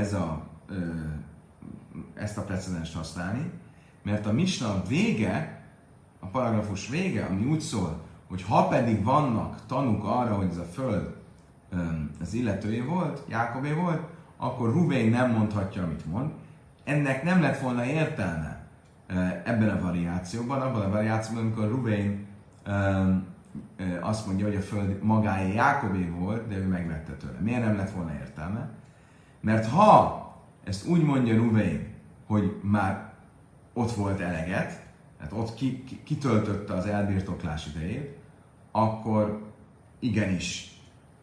Speaker 1: ezt a precedenst használni, mert a Misna vége, a paragrafus vége, ami úgy szól, hogy ha pedig vannak tanúk arra, hogy ez a föld az illetője volt, Jákobé volt, akkor Ruvén nem mondhatja, amit mond. Ennek nem lett volna értelme ebben a variációban, abban a variációban, amikor Ruvén azt mondja, hogy a föld magáé Jákobé volt, de ő megvette tőle. Miért nem lett volna értelme? Mert ha ezt úgy mondja Ruvén, hogy már ott volt eleget, tehát ott kitöltötte az elbirtoklás idejét, akkor igenis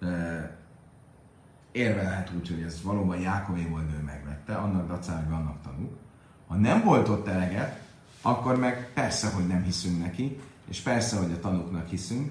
Speaker 1: érvelhet úgy, hogy ez valóban Jákobé volt, ő megvette, annak dacára, hogy vannak tanúk. Ha nem volt ott eleget, akkor meg persze, hogy nem hiszünk neki, és persze, hogy a tanúknak hiszünk,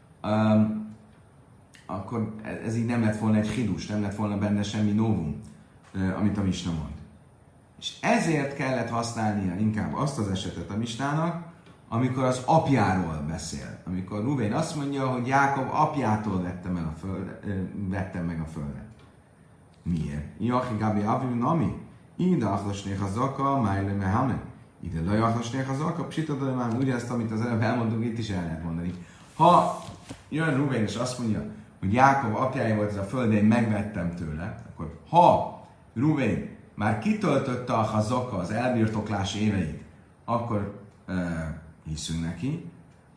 Speaker 1: akkor ez így nem lett volna egy hidus, nem lett volna benne semmi novum, amit a Misna mond. És ezért kellett használnia inkább azt az esetet a Misnának, amikor az apjáról beszél. Amikor Ruvén azt mondja, hogy Jákob apjától vettem meg a földet. Miért? Iachi Gabi Avim Nami, ide achlasnék a zaka, májle mehame. Ide lajachlasnék a zaka, psitadai már ugyanezt, amit az előbb elmondunk, itt is el lehet mondani. Ha jön Ruvén és azt mondja, hogy Jákob apjája volt ez a föld, én megvettem tőle, akkor ha Ruvén már kitöltötte a hazaka, az elbirtoklás éveit, akkor hiszünk neki,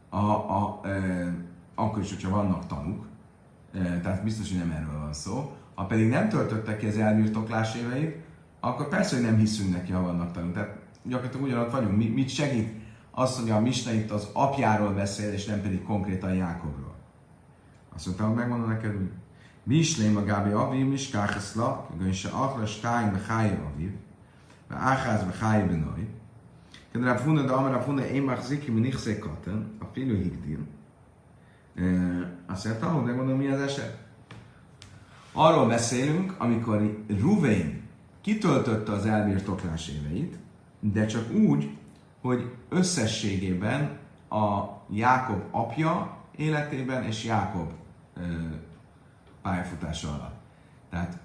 Speaker 1: akkor is, hogyha vannak tanúk, tehát biztos, hogy nem erről van szó. Ha pedig nem töltötte ki az elbirtoklás éveit, akkor persze, hogy nem hiszünk neki, ha vannak tanúk. Tehát gyakorlatilag ugyanott vagyunk. Mit segít az, hogy a Misna itt az apjáról beszél, és nem pedig konkrétan Jákobról? Azt mondtam, hogy megmondom neked, hogy Mislém a Gábi Aviv, Miskácheszla, Gönse Achla, Stáim, Bechája Aviv, Beácház, Bechája Benoj. Kedve Funa, de Amara Funa, én már ziki, mi nichszé katen, a félő higdil. Azt mondta, hogy megmondom, mi az eset. Arról beszélünk, amikor Ruvén kitöltötte az elbirtoklás éveit, de csak úgy, hogy összességében a Jákob apja életében és Jákob pályafutása alatt. Tehát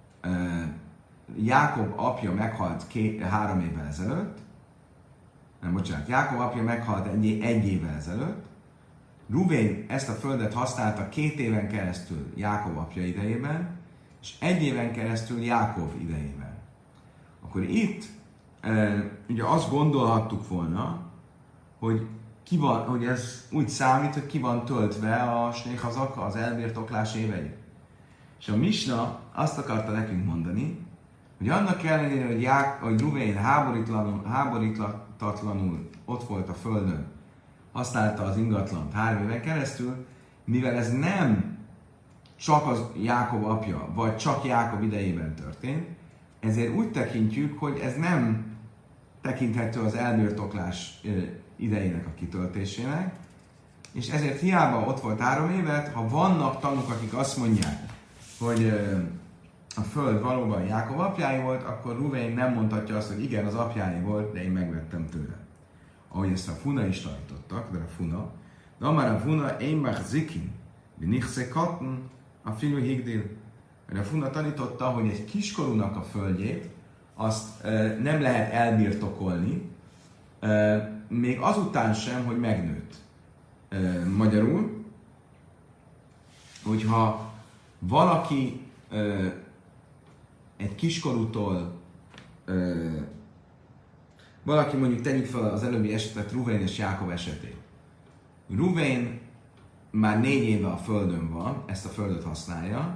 Speaker 1: Jákob apja meghalt 3 évvel ezelőtt, Jákob apja meghalt egy évvel ezelőtt, Ruvén ezt a földet használta 2 éven keresztül Jákob apja idejében, és 1 éven keresztül Jákob idejében. Akkor itt ugye azt gondolhattuk volna, hogy hogy ez úgy számít, hogy ki van töltve a snéhazaka, az elbirtoklás évei. És a Misna azt akarta nekünk mondani, hogy annak ellenére, hogy Ruvén háborítatlanul ott volt a földön, használta az ingatlant 3 éven keresztül, mivel ez nem csak az Jákob apja, vagy csak Jákob idejében történt, ezért úgy tekintjük, hogy ez nem tekinthető az elbirtoklás idejének a kitöltésének, és ezért hiába ott volt 3 évet, ha vannak tanúk, akik azt mondják, hogy a föld valóban Jákob apjáé volt, akkor Ruvén nem mondhatja azt, hogy igen, az apjáé volt, de én megvettem tőle. Ahogy ezt a Funa is tanítottak, de a Funa, de amár a Funa, én már zikin, mi nichse katten, a filmű higdil. Mert a Funa tanította, hogy egy kiskorúnak a földjét azt nem lehet elbirtokolni, még azután sem, hogy megnőtt. Magyarul, hogyha valaki egy kiskorútól, valaki mondjuk tegyük fel az előbbi esetet, Ruvén és Jákob esetét. Ruvén már 4 éve a földön van, ezt a földet használja,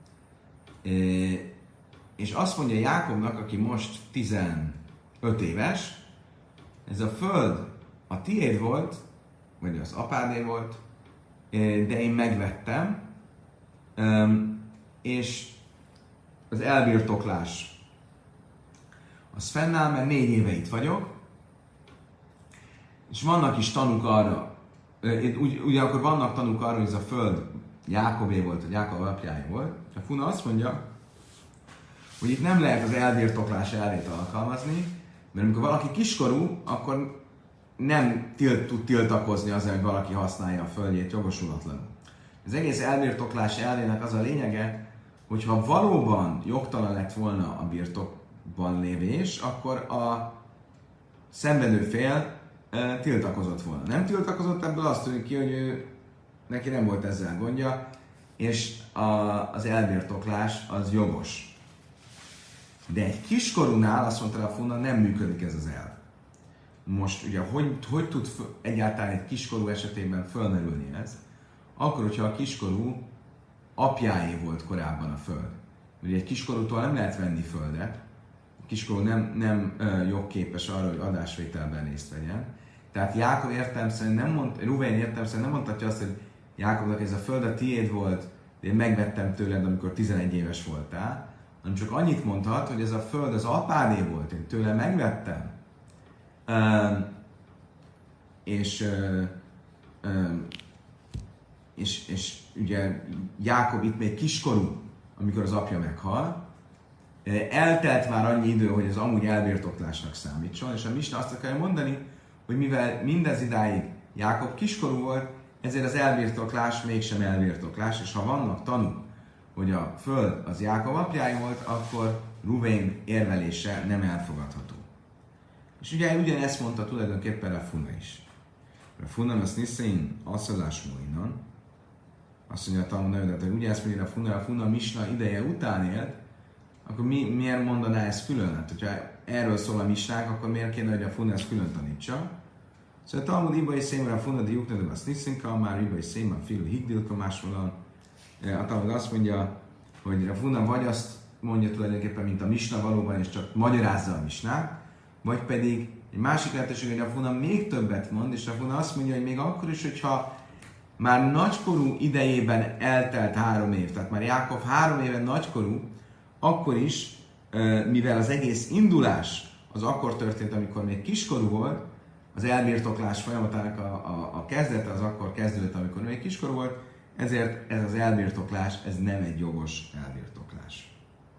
Speaker 1: és azt mondja Jákobnak, aki most 15 éves, ez a föld a tiéd volt, vagy az apádé volt, de én megvettem, és az elbirtoklás az fennáll, mert 4 éve itt vagyok, és vannak is tanúk arra, ugyanakkor vannak tanúk arra, hogy ez a föld Jákobé volt, vagy Jákob apjáé volt, és a Funa azt mondja, hogy itt nem lehet az elbirtoklás elvét alkalmazni, mert amikor valaki kiskorú, akkor nem tud tiltakozni azért, hogy valaki használja a földjét jogosulatlanul. Az egész elbirtoklás elvének az a lényege, hogyha valóban jogtalan lett volna a birtokban lévés, akkor a szenvedő fél tiltakozott volna. Nem tiltakozott, ebből azt tűnik ki, hogy neki nem volt ezzel gondja, és az elbirtoklás az jogos. De egy kiskorúnál, azt mondta a Funa, nem működik ez az elv. Most ugye, hogy tud egyáltalán egy kiskorú esetében fölmerülni ez? Akkor, hogyha a kiskorú apjáé volt korábban a föld. Ugye egy kiskorútól nem lehet venni földet, a kiskorú nem jogképes arra, hogy adásvételben részt vegyen. Tehát Jákob értelemszerűen Ruvén értelemszerűen nem mondhatja azt, hogy Jákobnak ez a föld a tiéd volt, de én megvettem tőled, amikor 11 éves voltál, hanem csak annyit mondhat, hogy ez a föld az apádé volt, én tőle megvettem. És ugye Jákob itt még kiskorú, amikor az apja meghal, eltelt már annyi idő, hogy ez amúgy elbirtoklásnak számítson, és a Misna azt akarja mondani, hogy mivel mindez idáig Jákob kiskorú volt, ezért az elbirtoklás mégsem elbirtoklás, és ha vannak tanúk, hogy a föld az Jákob apjája volt, akkor Ruvén érvelése nem elfogadható. És ugye ugyanezt mondta tulajdonképpen a Funa is. A Funa azt niszén asszalásmóinan, azt mondja a Talmud, hogy ugye ezt mondja a Funa Misna ideje után élt, akkor miért mondaná ezt külön? Hát, hogyha erről szól a Misnák, akkor miért kéne, hogy a Funa ezt külön tanítsa? Szóval a Talmud ibai szémre a Funa diuknadom azt niszinka, már ibai szémre a filu higdilka máshol. A Talmud azt mondja, hogy a Funa vagy azt mondja tulajdonképpen, mint a Misna valóban, és csak magyarázza a Misnát, vagy pedig egy másik lehetőség, hogy a Funa még többet mond, és a Funa azt mondja, hogy még akkor is, hogyha már nagykorú idejében eltelt 3 év, tehát már Jákob 3 éve nagykorú, akkor is, mivel az egész indulás az akkor történt, amikor még kiskorú volt, az elbirtoklás folyamatának a kezdete az akkor kezdődött, amikor még kiskorú volt, ezért ez az elbirtoklás, ez nem egy jogos elbirtoklás.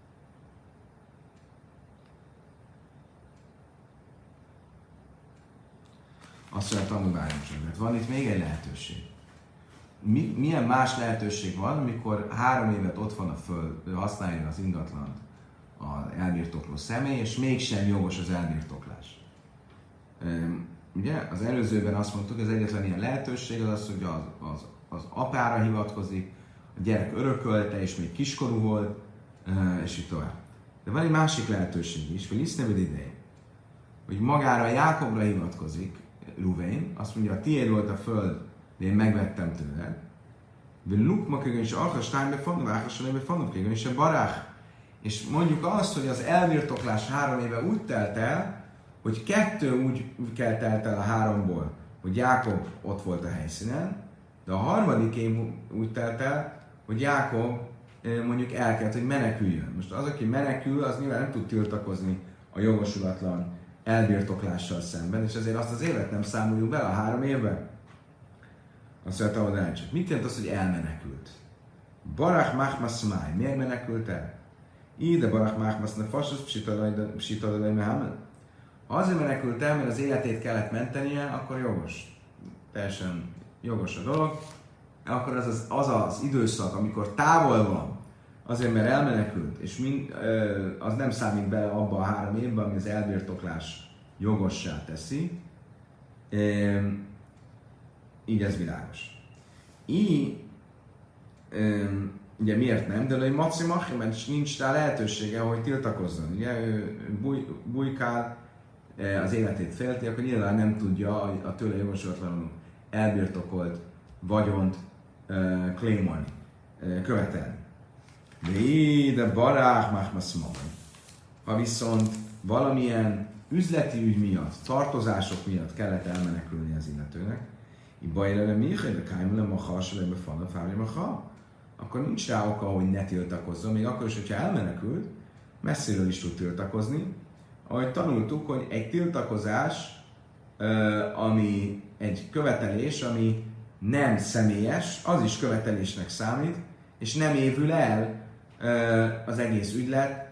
Speaker 1: Azt mondja, tanulványom sem, mert van itt még egy lehetőség. Milyen más lehetőség van, amikor 3 évet ott van a föld, használja az ingatlant az elbirtokló személy, és mégsem jogos az elbirtoklás. Ugye, az előzőben azt mondtuk, az egyetlen ilyen lehetőség az, hogy az apára hivatkozik, a gyerek örökölte, és még kiskorú volt, és így tovább. De van egy másik lehetőség is, hogy isznevid idején, hogy magára Jákobra hivatkozik Ruvén, azt mondja, a tiéd volt a föld, de én megvettem tőled. De lukma kögön is alkastánybe fannom, ákasanybe fannom kögön is a barák. És mondjuk azt, hogy az elbirtoklás 3 éve úgy telt el, hogy 2 úgy telt el a 3-ból, hogy Jákob ott volt a helyszínen, de a 3. év úgy telt el, hogy Jákob mondjuk el kellett, hogy meneküljön. Most az, aki menekül, az nyilván nem tud tiltakozni a jogosulatlan elbirtoklással szemben, és ezért azt az évet nem számoljuk bele a 3 évben. Azt mondta, hogy nem csak. Mit jelent az, hogy elmenekült? Barach machmas máj. Miért menekült el? Ide barach machmas ne fasos psitadalai mehamed. Azért menekült el, mert az életét kellett mentenie, akkor jogos. Teljesen jogos a dolog. Akkor az az időszak, amikor távol van, azért, mert elmenekült, és az nem számít bele abba a 3 évben, ami az elbirtoklás jogossá teszi. Így ez világos. Ugye miért nem? De hogy Maci mert nincs rá lehetősége, hogy tiltakozzon. Ugye ő bujkál, az életét félti, akkor nyilván nem tudja a tőle jogosulatlanul elbirtokolt vagyont claimolni, követelni. De barák machmaszmai. Ha viszont valamilyen üzleti ügy miatt, tartozások miatt kellett elmenekülni az illetőnek, akkor nincs rá oka, hogy ne tiltakozzon, még akkor is, hogyha elmenekült, messziről is tud tiltakozni. Ahogy tanultuk, hogy egy tiltakozás, ami egy követelés, ami nem személyes, az is követelésnek számít, és nem évül el az egész ügylet.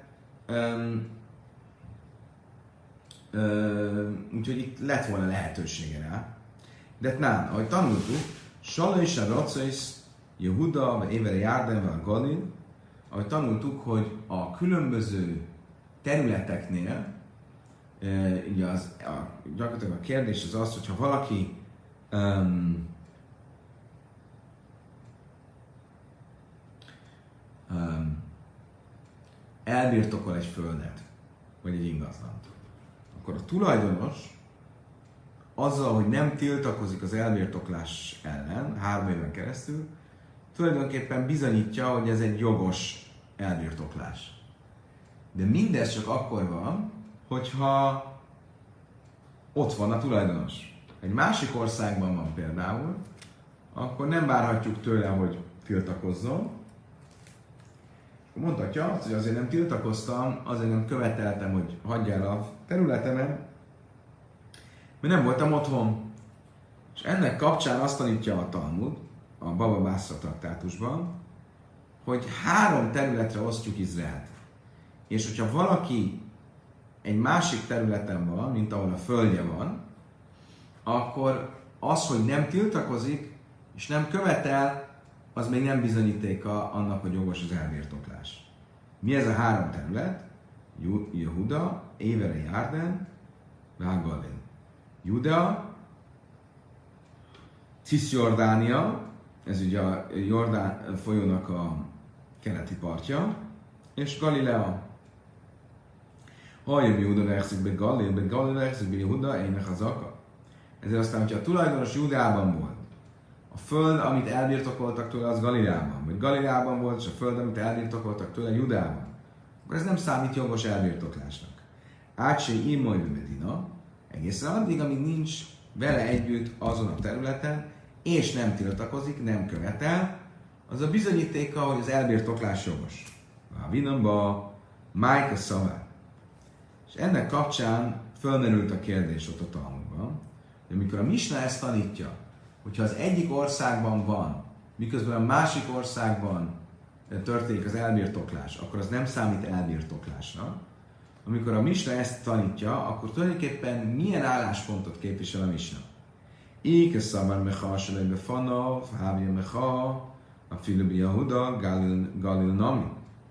Speaker 1: Úgyhogy itt lett volna lehetősége rá. De nem, ahogy tanultuk, Salais a Racais, Jehuda, vagy Évere Járden, vagy Galil, ahogy tanultuk, hogy a különböző területeknél, ugye gyakorlatilag a kérdés az az, hogyha valaki elbirtokol egy földet, vagy egy ingatlant, akkor a tulajdonos azzal, hogy nem tiltakozik az elbirtoklás ellen 3 éven keresztül, tulajdonképpen bizonyítja, hogy ez egy jogos elbirtoklás. De mindez csak akkor van, hogyha ott van a tulajdonos. Egy másik országban van például, akkor nem várhatjuk tőle, hogy tiltakozzon. Mondhatja azt, hogy azért nem tiltakoztam, azért nem követeltem, hogy hagyja el a területemet, mert nem voltam otthon. És ennek kapcsán azt tanítja a Talmud, a Baba Bászra traktátusban, hogy 3 területre osztjuk Izraelt. És hogyha valaki egy másik területen van, mint ahol a földje van, akkor az, hogy nem tiltakozik, és nem követel, az még nem bizonyítéka annak, hogy jogos az elbirtoklás. Mi ez a 3 terület? Jehuda, Évere Járden, Vágalin. Judea, Cisjordánia, ez ugye a Jordán folyónak a keleti partja, és Galilea. Hajjön Júda verszik be Galilea verszik be Jehuda, ének az aka. Ezért aztán, hogyha a tulajdonos Judában volt, a föld, amit elbirtokoltak tőle, az Galileában, vagy Galileában volt, és a föld, amit elbirtokoltak tőle, Judában, akkor ez nem számít jogos elbirtoklásnak. Átsé Immoly Medina, egészen addig, amíg nincs vele együtt azon a területen, és nem tiltakozik, nem követel, az a bizonyítéka, hogy az elbirtoklás jogos. A Vinamba, Májka Szavá. És ennek kapcsán fölmerült a kérdés ott a Talmudban, hogy amikor a Misna ezt tanítja, hogyha az egyik országban van, miközben a másik országban történik az elbirtoklás, akkor az nem számít elbirtoklásnak. Amikor a Misna ezt tanítja, akkor tulajdonképpen milyen álláspontot képvisel a Misna? Éke szabar mecha, selejbe fanav, hávja mecha, a Filibi Jehuda, Galil Nami.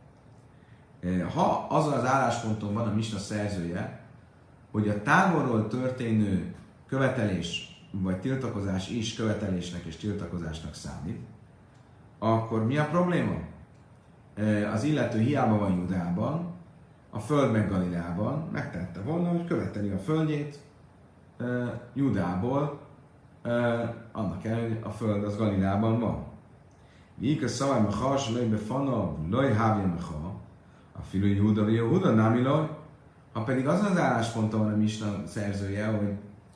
Speaker 1: Ha azon az állásponton van a Misna szerzője, hogy a távolról történő követelés vagy tiltakozás is követelésnek és tiltakozásnak számít, akkor mi a probléma? Az illető hiába van Judában, a föld meg Galileában, megtette volna, hogy követeli a földjét Judából, annak ellenére, hogy a föld az Galileában van. Víka szavár mecha, s lőjbe fana, lőj hávja mecha, a filő Júda, Jehuda, námi lőj. Ha pedig azon az állásponton van a Misna szerzője, hogy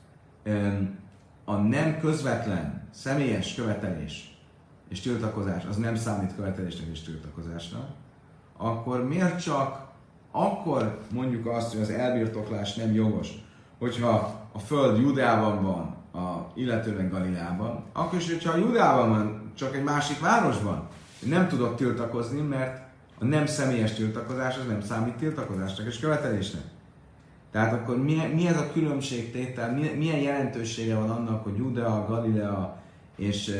Speaker 1: a nem közvetlen, személyes követelés és tiltakozás, az nem számít követelésnek és tiltakozásnak, akkor miért csak akkor mondjuk azt, hogy az elbirtoklás nem jogos, hogyha a föld Judában van, illetőleg Galileában, akkor is, hogyha a Judában van, csak egy másik városban, nem tudok tiltakozni, mert a nem személyes tiltakozás az nem számít tiltakozásnak és követelésnek. Tehát akkor mi ez a különbségtétel, milyen jelentősége van annak, hogy Judea, Galilea és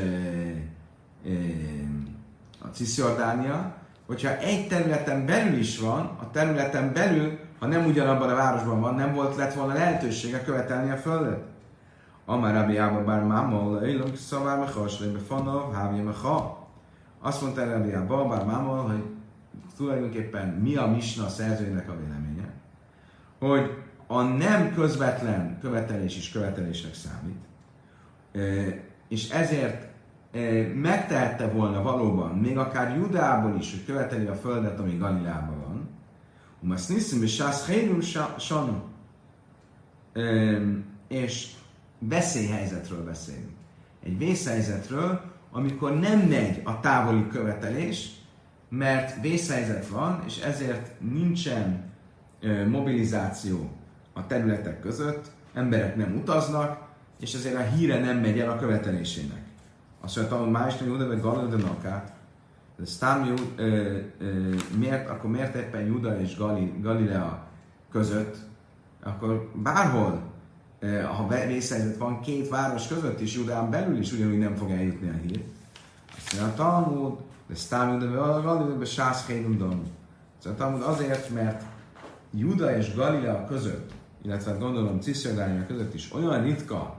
Speaker 1: a Cisjordánia, hogyha egy területen belül is van, a területen belül, ha nem ugyanabban a városban van, nem lett volna lehetősége követelni a földet. Amár Rabbi Abba bár mámol, élünk szavár mechaslébe fanav, hávja mecha. Azt mondta Rabbi Abba bár mámol, hogy tulajdonképpen mi a Misna szerzőjének a véleménye, hogy a nem közvetlen követelés is követelésnek számít, és ezért megtehette volna valóban, még akár Judából is, hogy követeli a földet, ami Galileában van, és veszélyhelyzetről beszélünk. Egy vészhelyzetről, amikor nem megy a távoli követelés, mert vészhelyzet van, és ezért nincsen mobilizáció a területek között, emberek nem utaznak, és ezért a híre nem megy el a követelésének. Azt mondja, hogy másnál Júda, vagy Galilea de Nakát, miért éppen Júda és Galilea között, akkor bárhol, ha vészhelyzet van, 2 város között is, Judán belül is ugyanúgy nem fog eljutni a hír. Azt mondja, a Talmud, de Sztám Júda, vagy Galilea, de Sász Hénum Dom. A Talmud azért, mert Júda és Galilea között, illetve gondolom Cisjordánia között is olyan ritka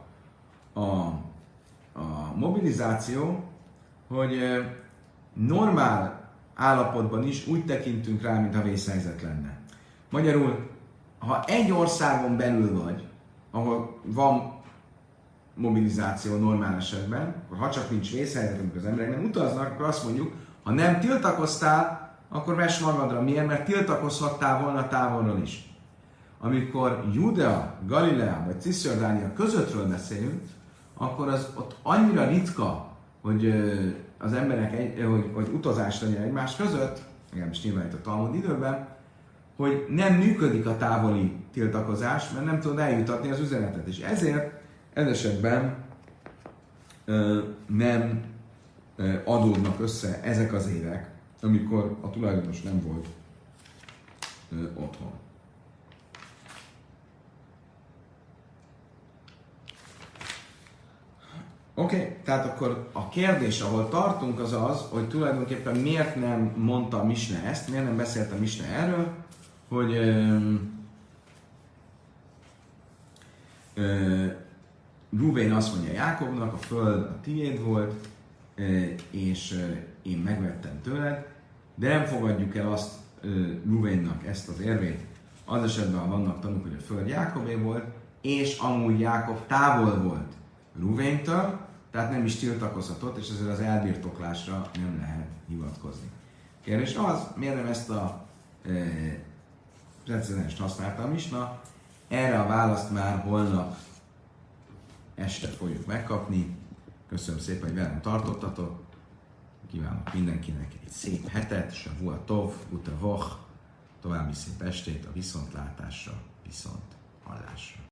Speaker 1: a mobilizáció, hogy normál állapotban is úgy tekintünk rá, mintha vészhelyzet lenne. Magyarul, ha egy országon belül vagy, ahol van mobilizáció normál esetben, akkor ha csak nincs vészhelyzet, amikor az emberek nem utaznak, akkor azt mondjuk, ha nem tiltakoztál, akkor vess magadra. Miért? Mert tiltakozhattál volna távolról is. Amikor Judea, Galilea vagy Cisjordánia közöttről beszélünk, akkor az ott annyira ritka hogy az emberek, hogy utazás legyen egymás között, legalábbis nyilván itt a Talmud időben, hogy nem működik a távoli tiltakozás, mert nem tudod eljutatni az üzenetet. És ezért ez esetben nem adódnak össze ezek az évek, amikor a tulajdonos nem volt otthon. Oké, tehát akkor a kérdés, ahol tartunk, az az, hogy tulajdonképpen miért nem mondta a Misne ezt, miért nem beszélt a Misne erről, hogy Ruvén azt mondja Jákobnak, a föld a tiéd volt, és én megvettem tőled, de nem fogadjuk el azt Ruvénnak ezt az érvét. Az esetben, ha vannak tanúk, hogy a föld Jákobé volt, és amúgy Jákob távol volt Ruvéntől, tehát nem is tiltakozhatott, és ezért az elbirtoklásra nem lehet hivatkozni. Kérdés az, miért nem ezt a precedenst használta a Misna, erre a választ már holnap este fogjuk megkapni. Köszönöm szépen, hogy velem tartottatok. Kívánok mindenkinek egy szép hetet, Shavua Tov, Gute Woche, további szép estét, a viszontlátásra, viszont hallásra.